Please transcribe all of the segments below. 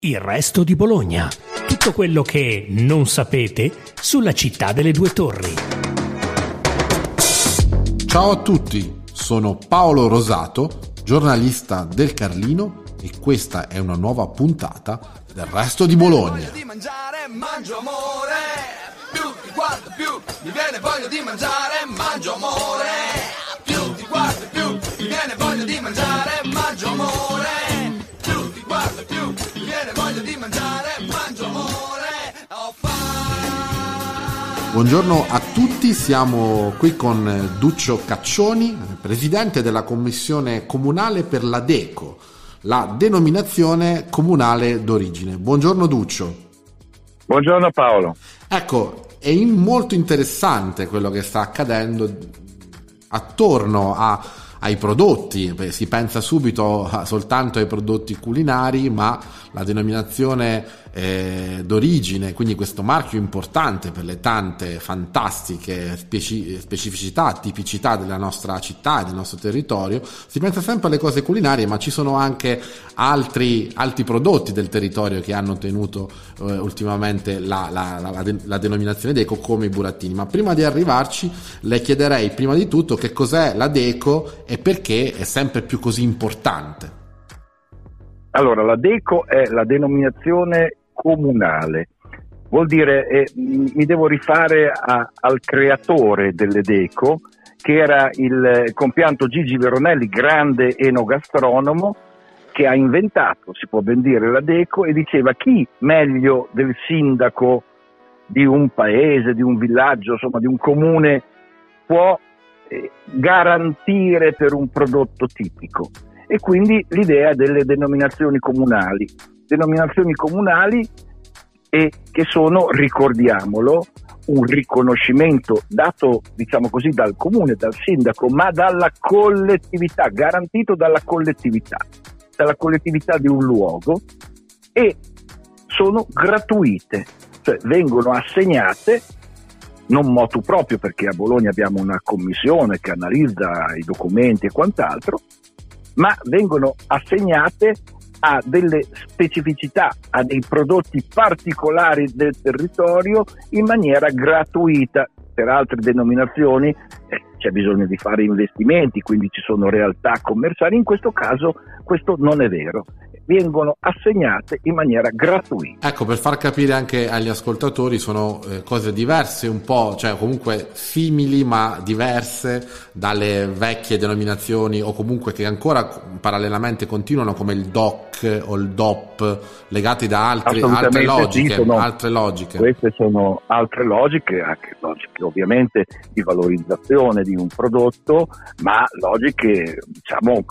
Il resto di Bologna. Tutto quello che non sapete sulla città delle due torri. Ciao a tutti, sono Paolo Rosato, giornalista del Carlino, e questa è una nuova puntata del Resto di Bologna. Di mangiare, mangio amore. Più ti guardo più mi viene voglia di mangiare, mangio amore. Più ti guardo più mi viene voglia di mangiare, mangio amore. Più ti guardo più mi viene voglia di mangiare, mangio amore. Ho fame. Buongiorno a tutti, siamo qui con Duccio Caccioni, presidente della commissione comunale per la DECO, la denominazione comunale d'origine. Buongiorno Duccio. Buongiorno Paolo. Ecco, è molto interessante quello che sta accadendo attorno ai prodotti. Si pensa subito soltanto ai prodotti culinari, ma la denominazione d'origine, quindi questo marchio importante per le tante fantastiche specificità, tipicità della nostra città e del nostro territorio, si pensa sempre alle cose culinarie, ma ci sono anche altri prodotti del territorio che hanno ottenuto ultimamente la denominazione DECO, come i burattini. Ma prima di arrivarci le chiederei prima di tutto che cos'è la DECO e perché è sempre più così importante. Allora, la DECO è la denominazione comunale, vuol dire mi devo rifare al creatore delle DECO, che era il compianto Gigi Veronelli, grande enogastronomo, che ha inventato, si può ben dire, la DECO, e diceva: chi meglio del sindaco di un paese, di un villaggio, insomma di un comune, può garantire per un prodotto tipico. E quindi l'idea delle denominazioni comunali che sono, ricordiamolo, un riconoscimento dato, diciamo così, dal comune, dal sindaco, ma dalla collettività, garantito dalla collettività di un luogo, e sono gratuite, cioè vengono assegnate non motu proprio, perché a Bologna abbiamo una commissione che analizza i documenti e quant'altro, ma vengono assegnate a delle specificità, a dei prodotti particolari del territorio in maniera gratuita. Per altre denominazioni c'è bisogno di fare investimenti, quindi ci sono realtà commerciali. In questo caso questo non è vero, vengono assegnate in maniera gratuita. Ecco, per far capire anche agli ascoltatori, sono cose diverse un po', cioè comunque simili ma diverse dalle vecchie denominazioni, o comunque che ancora parallelamente continuano, come il DOC o il DOP, legati da altre logiche. Queste sono altre logiche, anche logiche ovviamente di valorizzazione di un prodotto, ma logiche, diciamo,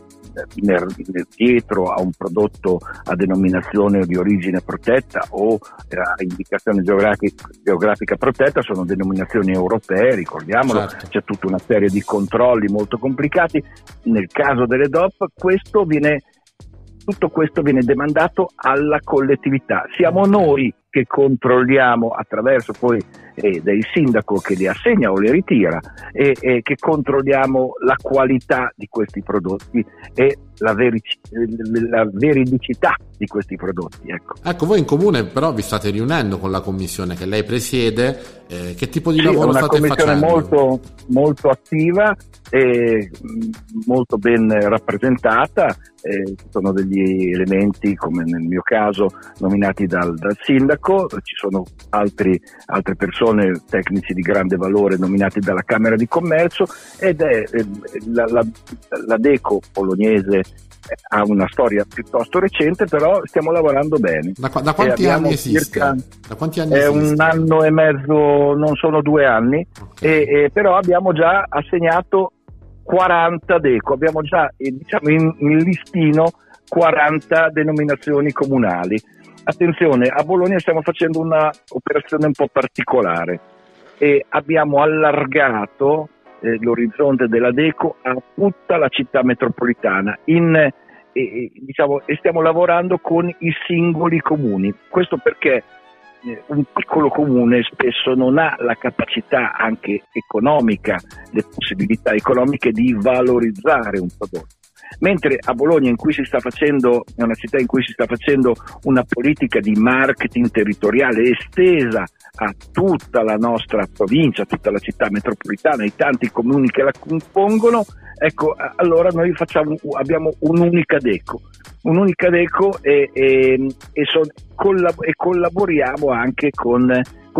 dietro a un prodotto a denominazione di origine protetta o a indicazione geografica protetta sono denominazioni europee, ricordiamolo. Certo. C'è tutta una serie di controlli molto complicati. Nel caso delle DOP tutto questo viene demandato alla collettività. Siamo noi che controlliamo, attraverso poi del sindaco che li assegna o li ritira, e che controlliamo la qualità di questi prodotti e la veridicità di questi prodotti. Ecco, voi in comune però vi state riunendo con la commissione che lei presiede. Che tipo di lavoro state facendo? È una commissione molto, molto attiva e molto ben rappresentata. Ci sono degli elementi, come nel mio caso, nominati dal sindaco. Ci sono altre persone, tecnici di grande valore, nominati dalla Camera di Commercio, ed è la DECO bolognese ha una storia piuttosto recente, però stiamo lavorando bene. Da quanti anni esiste? Da quanti anni esiste? Un anno e mezzo, non sono 2 anni, okay. Però abbiamo già assegnato 40 DECO, abbiamo già diciamo in listino 40 denominazioni comunali. Attenzione, a Bologna stiamo facendo una operazione un po' particolare e abbiamo allargato l'orizzonte della DECO a tutta la città metropolitana e stiamo lavorando con i singoli comuni. Questo perché un piccolo comune spesso non ha la capacità anche economica, le possibilità economiche di valorizzare un prodotto. mentre a Bologna, è una città in cui si sta facendo una politica di marketing territoriale estesa a tutta la nostra provincia, tutta la città metropolitana, i tanti comuni che la compongono, ecco, allora noi abbiamo un'unica Deco e collaboriamo anche con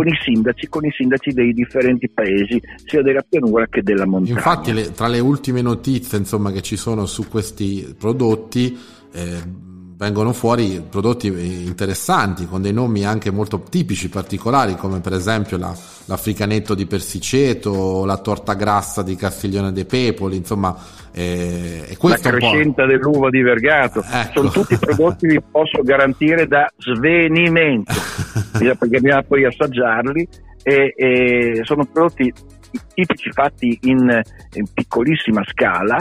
i sindaci dei differenti paesi, sia della pianura che della montagna. Infatti tra le ultime notizie, insomma, che ci sono su questi prodotti, vengono fuori prodotti interessanti con dei nomi anche molto tipici, particolari, come per esempio l'africanetto di Persiceto, la torta grassa di Castiglione dei Pepoli, insomma, e questo la crescenta dell'uva di Vergato, ecco. Sono tutti prodotti, vi posso garantire, da svenimento, perché bisogna poi assaggiarli, e sono prodotti tipici fatti in piccolissima scala,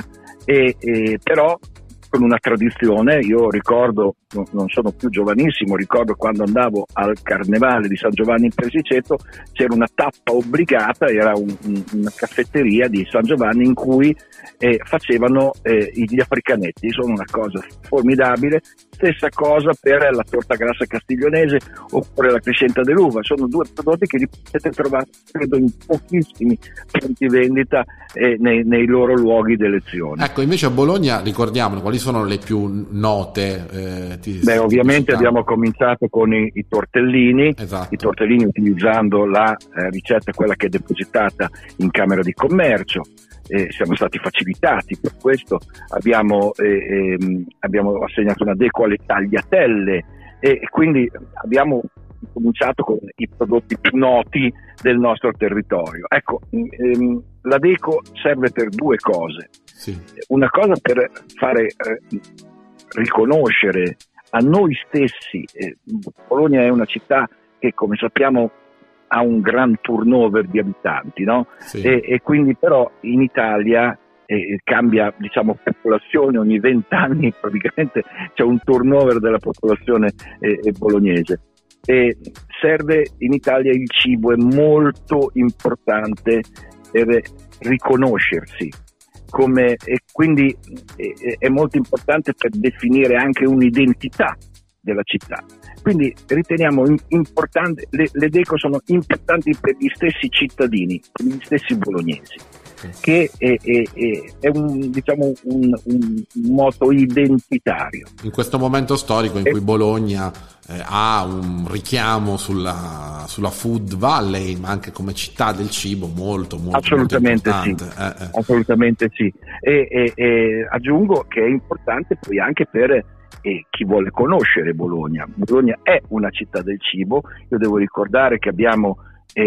però con una tradizione. Io ricordo, non sono più giovanissimo, ricordo quando andavo al Carnevale di San Giovanni in Persiceto, c'era una tappa obbligata, era una caffetteria di San Giovanni in cui facevano gli africanetti, sono una cosa formidabile. Stessa cosa per la torta grassa castiglionese oppure la crescenta dell'uva, sono due prodotti che li potete trovare, credo, in pochissimi punti vendita nei loro luoghi d'elezione. Ecco, invece a Bologna, ricordiamolo, quali sono le più note? Ovviamente abbiamo cominciato con i tortellini, esatto. I tortellini utilizzando la ricetta, quella che è depositata in Camera di Commercio. Siamo stati facilitati per questo, abbiamo assegnato una Deco alle tagliatelle e quindi abbiamo cominciato con i prodotti più noti del nostro territorio. Ecco, la Deco serve per due cose. Sì. Una cosa per fare riconoscere a noi stessi, Bologna è una città che, come sappiamo, ha un gran turnover di abitanti, no? Sì. E quindi però in Italia cambia, diciamo, popolazione ogni 20 anni, praticamente c'è un turnover della popolazione bolognese, e serve in Italia, il cibo è molto importante per riconoscersi e quindi è molto importante per definire anche un'identità della città. Quindi riteniamo importante, le Deco sono importanti per gli stessi cittadini, per gli stessi bolognesi, che è un moto identitario. In questo momento storico in cui Bologna ha un richiamo sulla Food Valley, ma anche come città del cibo molto assolutamente molto importante. Sì. Assolutamente sì. E aggiungo che è importante poi anche per chi vuole conoscere Bologna. Bologna è una città del cibo. Io devo ricordare che abbiamo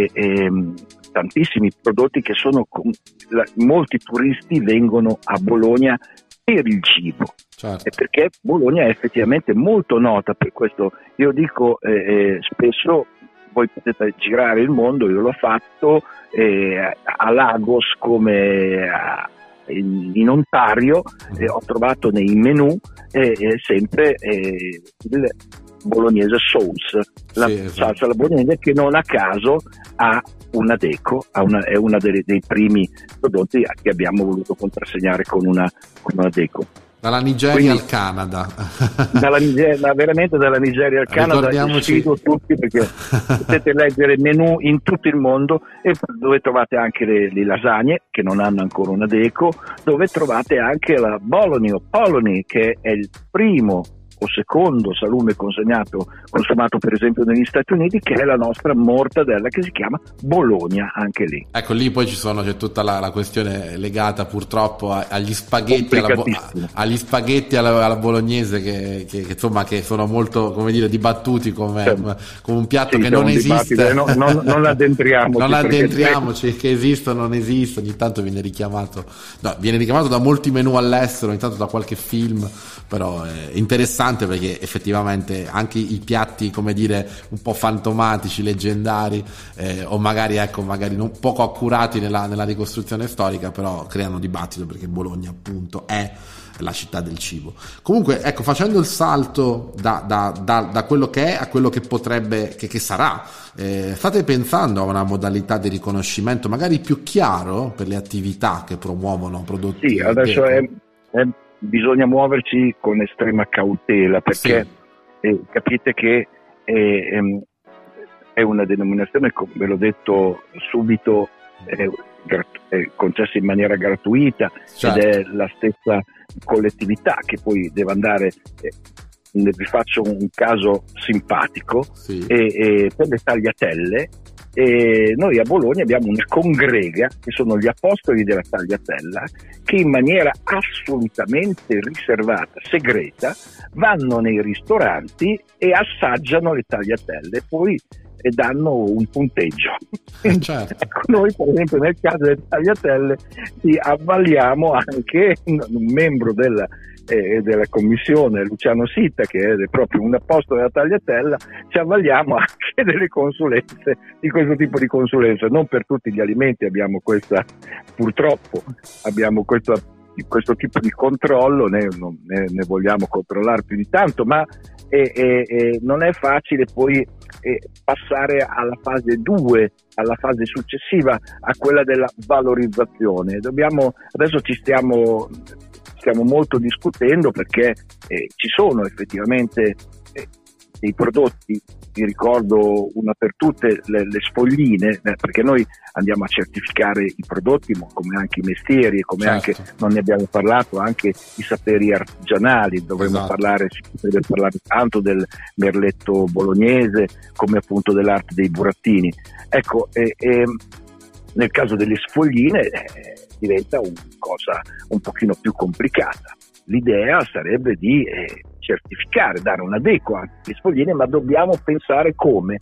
tantissimi prodotti che molti turisti vengono a Bologna per il cibo. Certo. E perché Bologna è effettivamente molto nota per questo. Io dico spesso, voi potete girare il mondo, io l'ho fatto a Lagos come in Ontario, ho trovato nei menu sempre il bolognese sauce, la salsa alla bolognese, che non a caso ha una Deco, è uno dei primi prodotti che abbiamo voluto contrassegnare con una Deco. Dalla Nigeria al Canada. Veramente dalla Nigeria al Canada. Sfido tutti, perché potete leggere menù in tutto il mondo, e dove trovate anche le lasagne che non hanno ancora una Deco, dove trovate anche la Bologna o Polony, che è il primo o secondo salume consumato per esempio negli Stati Uniti, che è la nostra mortadella, che si chiama Bologna anche lì. Ecco, lì poi c'è tutta la questione legata purtroppo agli spaghetti alla bolognese che insomma che sono molto, come dire, dibattuti come un piatto che non esiste. Non addentriamoci che esiste o non esiste. Ogni tanto viene richiamato da molti menù all'estero, ogni tanto da qualche film, però è interessante perché effettivamente anche i piatti, come dire, un po' fantomatici, leggendari, o magari non poco accurati nella ricostruzione storica, però creano dibattito, perché Bologna appunto è la città del cibo. Comunque, ecco, facendo il salto da quello che è a quello che potrebbe, che sarà, state pensando a una modalità di riconoscimento magari più chiaro per le attività che promuovono prodotti? Sì, adesso è bisogna muoverci con estrema cautela, perché capite che è una denominazione, come ve l'ho detto subito, è concessa in maniera gratuita, certo. Ed è la stessa collettività che poi deve andare. Vi faccio un caso simpatico, per le tagliatelle. Noi a Bologna abbiamo una congrega che sono gli apostoli della tagliatella, che in maniera assolutamente riservata, segreta, vanno nei ristoranti e assaggiano le tagliatelle, poi danno un punteggio. Certo. Ecco, noi per esempio nel caso delle tagliatelle ci avvaliamo anche un membro della commissione, Luciano Sitta, che è proprio un apostolo della tagliatella, ci avvaliamo anche delle consulenze, di questo tipo di consulenze. Non per tutti gli alimenti abbiamo questa, purtroppo abbiamo questo tipo di controllo, ne vogliamo controllare più di tanto, ma non è facile poi passare alla fase 2, alla fase successiva, a quella della valorizzazione. Adesso stiamo molto discutendo, perché ci sono effettivamente dei prodotti, vi ricordo una per tutte le sfogline, perché noi andiamo a certificare i prodotti, come anche i mestieri, e come certo. anche, non ne abbiamo parlato, anche i saperi artigianali. Dovremmo si potrebbe parlare tanto del merletto bolognese, come appunto dell'arte dei burattini. Ecco, nel caso delle sfogline diventa una cosa un pochino più complicata. L'idea sarebbe di certificare, dare una adeco alle sfogline, ma dobbiamo pensare come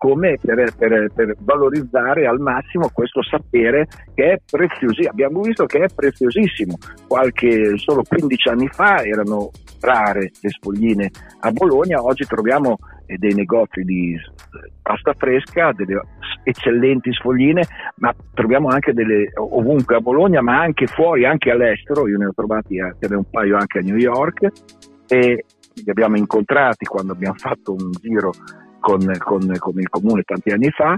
per valorizzare al massimo questo sapere, che è preziosissimo. Abbiamo visto che è preziosissimo. Solo 15 anni fa erano rare le sfogline a Bologna, oggi troviamo dei negozi di pasta fresca, delle eccellenti sfogline, ma troviamo anche delle ovunque a Bologna, ma anche fuori, anche all'estero. Io ne ho trovati un paio anche a New York, e li abbiamo incontrati quando abbiamo fatto un giro con il comune tanti anni fa,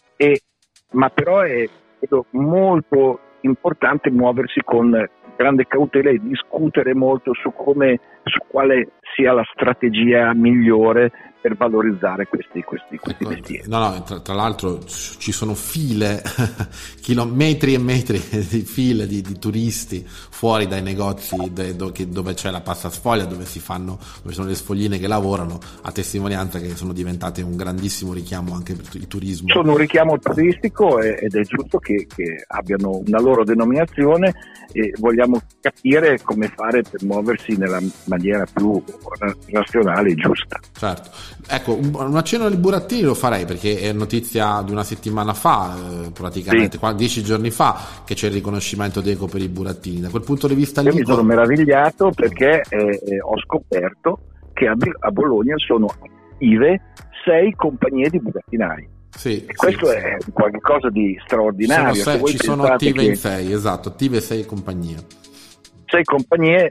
ma però è molto importante muoversi con grande cautela e discutere molto su quale sia la strategia migliore per valorizzare questi mestieri. No, tra l'altro ci sono file, metri e metri di file di turisti fuori dai negozi dove c'è la pasta sfoglia, dove sono le sfogline che lavorano, a testimonianza che sono diventate un grandissimo richiamo anche per il turismo. Sono un richiamo turistico, ed è giusto che abbiano una loro denominazione, e vogliamo capire come fare per muoversi nella maniera più razionale e giusta. Certo. Ecco, un accenno ai burattini lo farei, perché è notizia di una settimana fa, praticamente 10 giorni fa, che c'è il riconoscimento d'eco per i burattini. Da quel punto di vista io mi sono meravigliato, perché ho scoperto che a Bologna sono attive 6 compagnie di burattinai. Questo è qualcosa di straordinario. Ci sono attive in 6, esatto, attive 6 compagnie. 6 compagnie,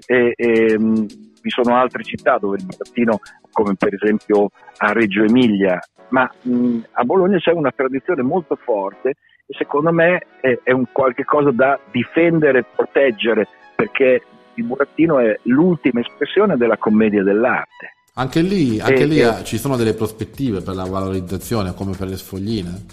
vi sono altre città dove il burattino, come per esempio a Reggio Emilia, ma a Bologna c'è una tradizione molto forte, e secondo me è un qualche cosa da difendere, proteggere, perché il burattino è l'ultima espressione della commedia dell'arte. Anche lì ci sono delle prospettive per la valorizzazione, come per le sfogline?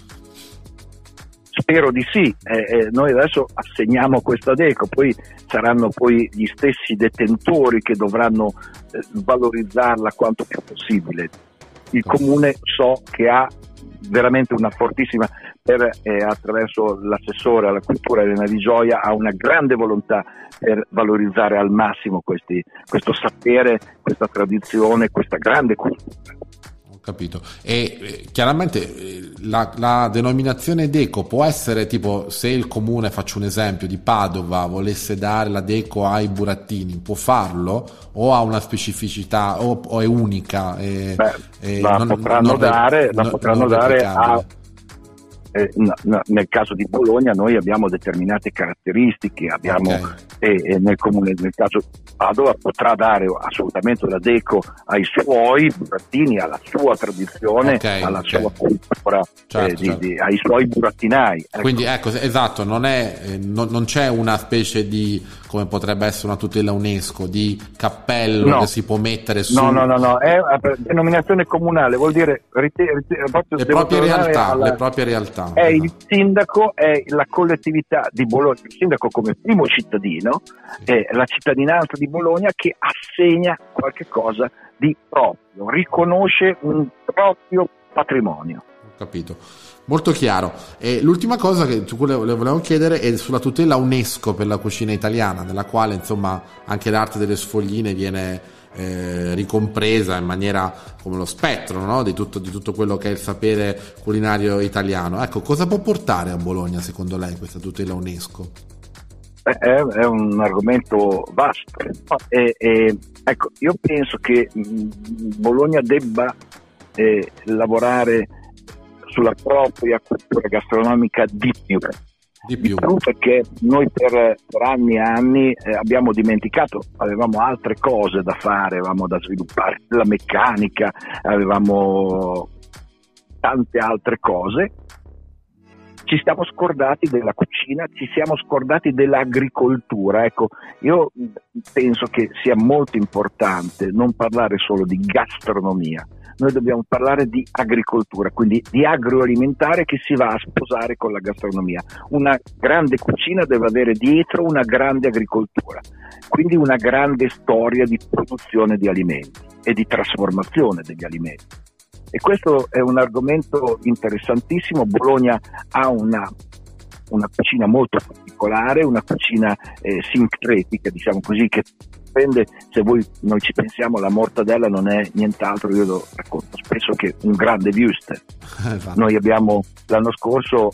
Spero di sì. Noi adesso assegniamo questa adeco, poi saranno poi gli stessi detentori che dovranno valorizzarla quanto più possibile. Il comune so che ha veramente una fortissima, attraverso l'assessore alla cultura Elena Di Gioia, ha una grande volontà per valorizzare al massimo questo sapere, questa tradizione, questa grande cultura. Capito. E chiaramente la denominazione deco può essere tipo, se il comune, faccio un esempio, di Padova volesse dare la deco ai burattini, può farlo, o ha una specificità o è unica? La potranno dare nel caso di Bologna noi abbiamo determinate caratteristiche, nel comune, nel caso Padova potrà dare assolutamente la deco ai suoi burattini, alla sua tradizione, alla sua cultura, ai suoi burattinai. Quindi esatto, non c'è una specie di come potrebbe essere una tutela UNESCO, di cappello che si può mettere su... No, è denominazione comunale, vuol dire le proprie realtà. È il sindaco, è la collettività di Bologna, il sindaco come primo cittadino, è la cittadinanza di Bologna che assegna qualche cosa di proprio, riconosce un proprio patrimonio. Ho capito. Molto chiaro. E l'ultima cosa che le volevo chiedere è sulla tutela UNESCO per la cucina italiana, nella quale insomma anche l'arte delle sfogline viene ricompresa in maniera come lo spettro, no? di tutto quello che è il sapere culinario italiano. Ecco, cosa può portare a Bologna secondo lei questa tutela UNESCO? È un argomento vasto. Ecco, io penso che Bologna debba lavorare sulla propria cultura gastronomica di più, perché noi per anni e anni abbiamo dimenticato, avevamo altre cose da fare, avevamo da sviluppare la meccanica, avevamo tante altre cose. Ci siamo scordati della cucina, ci siamo scordati dell'agricoltura. Ecco, io penso che sia molto importante non parlare solo di gastronomia, noi dobbiamo parlare di agricoltura, quindi di agroalimentare che si va a sposare con la gastronomia. Una grande cucina deve avere dietro una grande agricoltura, quindi una grande storia di produzione di alimenti e di trasformazione degli alimenti. E questo è un argomento interessantissimo. Bologna ha una cucina molto particolare, una cucina sincretica, diciamo così, che prende, se noi ci pensiamo, la mortadella non è nient'altro, io lo racconto spesso, che un grande wurstel. Noi abbiamo, l'anno scorso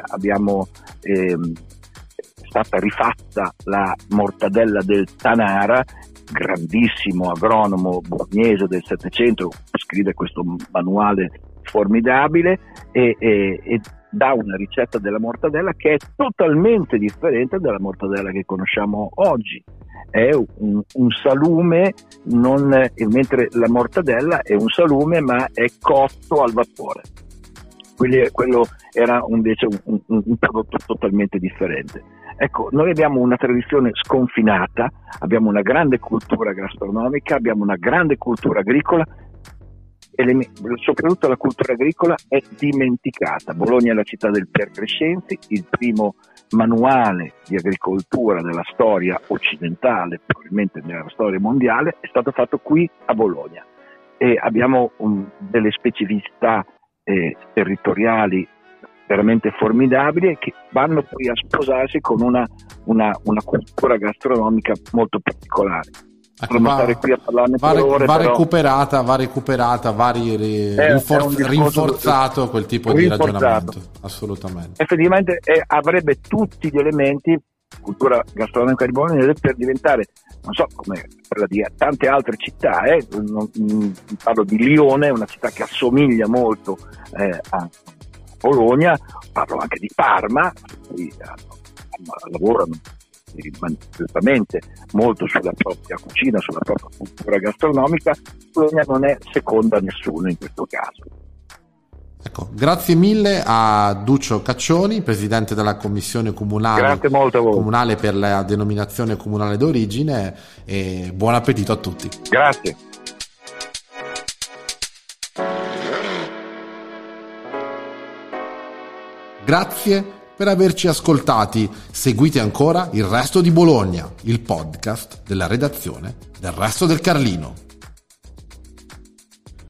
stata rifatta la mortadella del Tanara, grandissimo agronomo borghese del Settecento, scrive questo manuale formidabile e dà una ricetta della mortadella che è totalmente differente dalla mortadella che conosciamo oggi. È un salume, mentre la mortadella è un salume ma è cotto al vapore. Quello era invece un prodotto totalmente differente. Ecco, noi abbiamo una tradizione sconfinata, abbiamo una grande cultura gastronomica, abbiamo una grande cultura agricola, e soprattutto la cultura agricola è dimenticata. Bologna è la città del Pier Crescenzi, il primo manuale di agricoltura della storia occidentale, probabilmente nella storia mondiale, è stato fatto qui a Bologna, e abbiamo delle specificità territoriali veramente formidabili che vanno poi a sposarsi con una cultura gastronomica molto particolare. Stare qui a parlarne per ore, va recuperata, rinforzato quel tipo di ragionamento, assolutamente. Effettivamente avrebbe tutti gli elementi, cultura gastronomica di Bologna, per diventare, non so, come quella di tante altre città, parlo di Lione, una città che assomiglia molto a Bologna, parlo anche di Parma, qui lavorano giustamente molto sulla propria cucina, sulla propria cultura gastronomica. Bologna non è seconda a nessuno in questo caso. Ecco, grazie mille a Duccio Caccioni, presidente della commissione comunale per la denominazione comunale d'origine, e buon appetito a tutti. Grazie. Grazie per averci ascoltati. Seguite ancora Il Resto di Bologna, il podcast della redazione del Resto del Carlino.